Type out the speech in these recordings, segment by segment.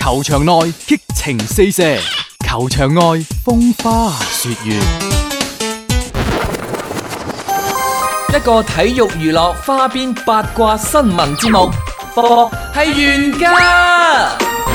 球場內激情四射，球場外風花雪月。 一個體育娛樂花邊八卦新聞節目，波係圓㗎。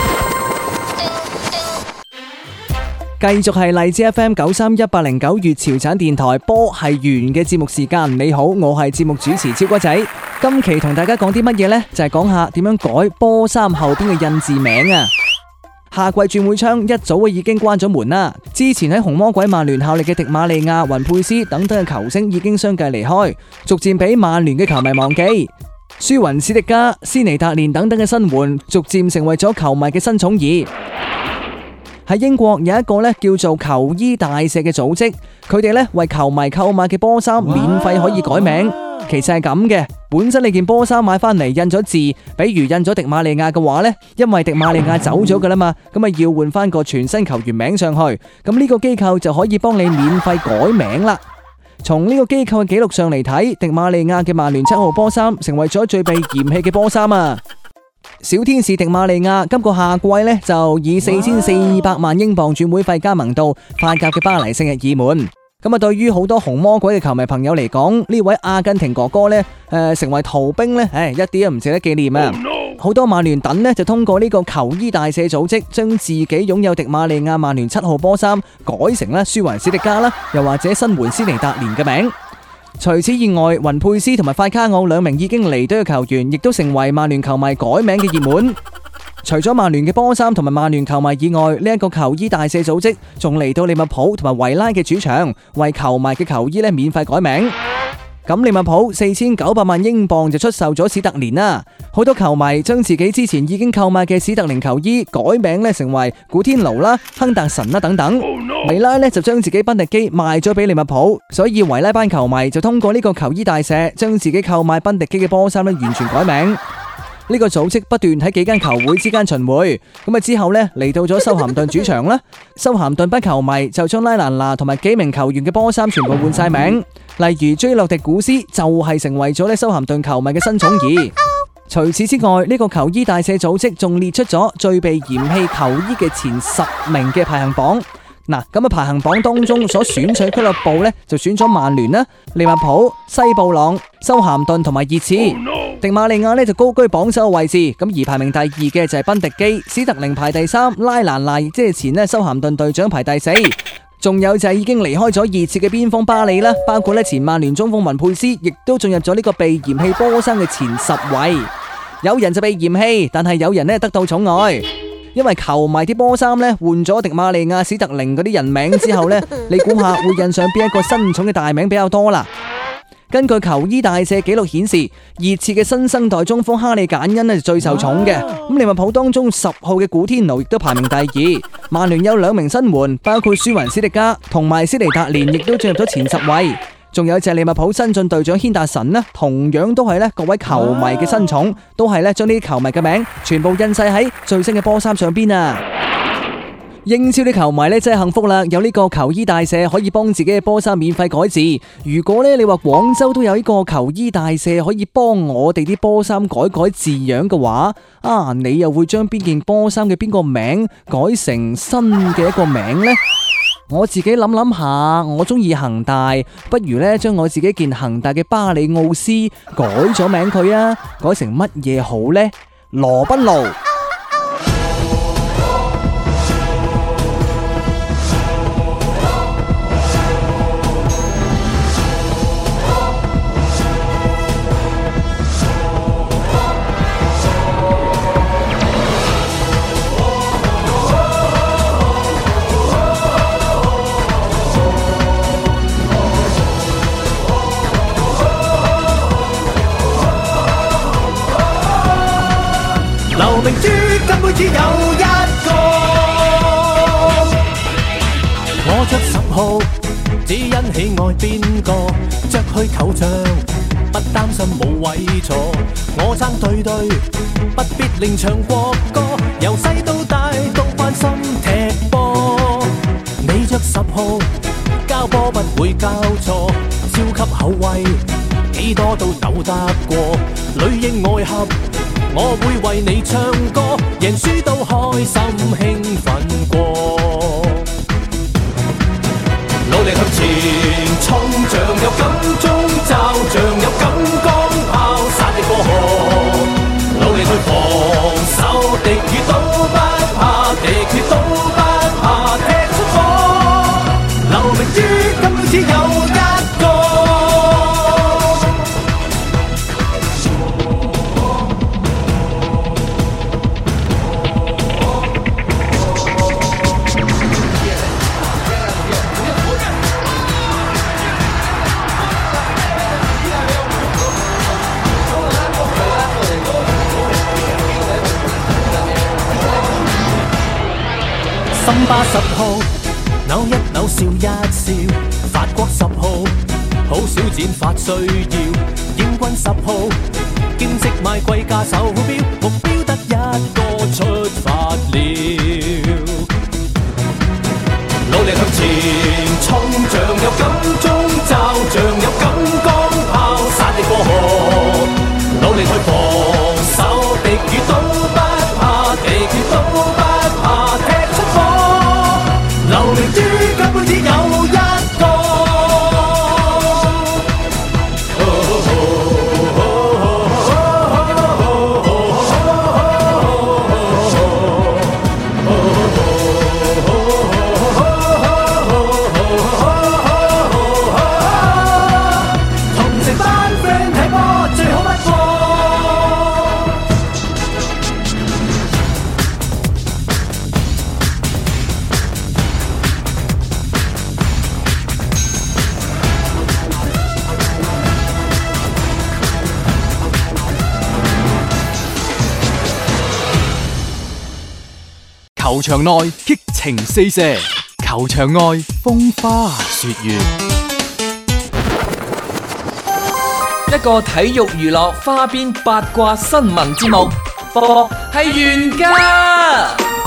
繼續係荔枝 FM 93180粵潮產電台波係圓嘅節目時間。你好，我係節目主持超哥仔。今期同大家講啲乜嘢呢？就係講下點樣改波衫後邊嘅印字名啊！夏季轉會窗一早已經關咗門啦。之前喺紅魔鬼曼聯效力嘅迪馬利亞、雲佩斯等等嘅球星已經相繼離開，逐漸俾曼聯嘅球迷忘記。舒雲史迪加、斯尼達連等等嘅新援，逐漸成為咗球迷嘅新寵兒。喺英國有一個咧叫做球衣大赦嘅組織，佢哋咧為球迷購買嘅波衫免費可以改名。其實係咁嘅，本身你件波衫買翻嚟印咗字，比如印咗迪馬利亞嘅話呢，因為迪馬利亞走咗噶啦嘛，咁啊要換翻個全新球員名上去，咁呢個機構就可以幫你免費改名啦。從呢個機構嘅記錄上嚟睇，迪馬利亞嘅曼聯7號波衫成為咗最被嫌棄嘅波衫啊！小天使迪馬利亞今個夏季呢，就以4400萬英鎊轉會費加盟到法甲嘅巴黎聖日耳門。咁啊，對於好多紅魔鬼嘅球迷朋友嚟講，呢位阿根廷哥哥呢，成為逃兵呢，一啲都唔值得紀念啊！好多曼聯躉呢，就通過呢個球衣大赦組織，將自己擁有迪馬利亞曼聯7號波衫改成咧舒雲史迪加啦，又或者新援斯尼達連嘅名。除此以外，雲佩斯同埋費卡奧兩名已經離隊嘅球員，亦都成為曼聯球迷改名嘅熱門。除咗曼聯嘅波衫同埋曼聯球迷以外，呢一個球衣大赦組織仲嚟到利物浦同埋維拉嘅主場，為球迷嘅球衣咧免費改名。咁利物浦4900萬英鎊就出售咗史特連啦。好多球迷將自己之前已經購買嘅史特連球衣改名咧成為古天奴啦、亨達臣啦等等。維拉咧就將自己賓迪基賣咗俾利物浦，所以維拉班球迷就通過呢個球衣大赦，將自己購買賓迪基嘅波衫咧完全改名。呢個組織不斷喺幾間球會之間巡迴，咁啊之後呢，嚟到咗修咸頓主場啦。修咸頓班球迷就將拉蘭娜同埋幾名球員嘅波衫全部換晒名，例如追洛迪古斯就係成為咗咧修咸頓球迷嘅新寵兒。除此之外，呢個球衣大赦組織仲列出咗最被嫌棄球衣嘅前10名嘅排行榜。嗱，咁啊排行榜當中所選取俱樂部呢，就選咗曼聯啦、利物浦、西布朗、修咸頓同埋熱刺。迪馬利亞呢就高居榜首位置，咁而排名第2嘅就係賓迪基，史特靈排第3，拉蘭娜即係前呢修咸頓隊長排第4，仲有就係已經離開咗熱刺嘅邊鋒巴里啦，包括呢前曼聯中鋒雲佩斯，亦都進入咗呢個被嫌棄波衫嘅前10位。有人就被嫌棄，但係有人呢得到寵愛。因為球迷啲波衫呢換咗迪馬利亞、史特靈嗰啲人名之後呢，你估下會印上邊一個新寵嘅大名比較多啦？根據球衣大赦記錄顯示，熱刺嘅新生代中鋒哈利簡恩呢就最受寵嘅。咁利物浦當中10號嘅古天奴亦都排名第2。曼聯有2名新援，包括舒雲史迪加同埋斯尼達連，亦都進入咗前10位。仲有就係利物浦新晉隊長軒達臣呢，同樣都係呢各位球迷嘅新寵，都係呢將呢啲球迷嘅名全部印晒喺最新嘅波衫上邊啊！英超啲球迷呢真係幸福啦，有呢個球衣大赦可以幫自己嘅波衫免費改字。如果呢你話廣州都有呢個球衣大赦可以幫我哋啲波衫改字樣嘅話，你又會將邊件波衫嘅邊個名改成新嘅一個名呢？我自己諗下，我中意恒大，不如呢將我自己件恒大嘅巴里奧斯改咗名佢啊，改成乜嘢好呢？羅賓奴。 明珠根本只有一個，我着10號，只因喜愛邊個，着去球場，不擔心冇位坐。我爭對，不必另唱國歌，由細到大都關心踢波。你着10號，交波不會交錯，超級後衛幾多都鬥得過，裏應外合。 我會為你唱歌，贏輸都開心興奮過。努力向前衝，像有金鐘罩，像有金剛炮殺敵過河。努力去防守，敵與都不怕，敵與都不怕，踢出火，留名於今輩只有一個。森巴10號，扭一扭笑一笑，法國10號，好少剪髮需要，英軍10號，兼職買貴價手錶，目標得一個出發了。努力向前衝，像有金鐘罩，像有金剛炮殺敵過河。努力去防守，敵與都不怕，敵與都不怕，踢出火，留名於根本只有一個。同成班 friend 睇波最好不過。 球場內激情四射，球場外風花雪月。 一個體育娛樂花邊八卦新聞節目，播係原價。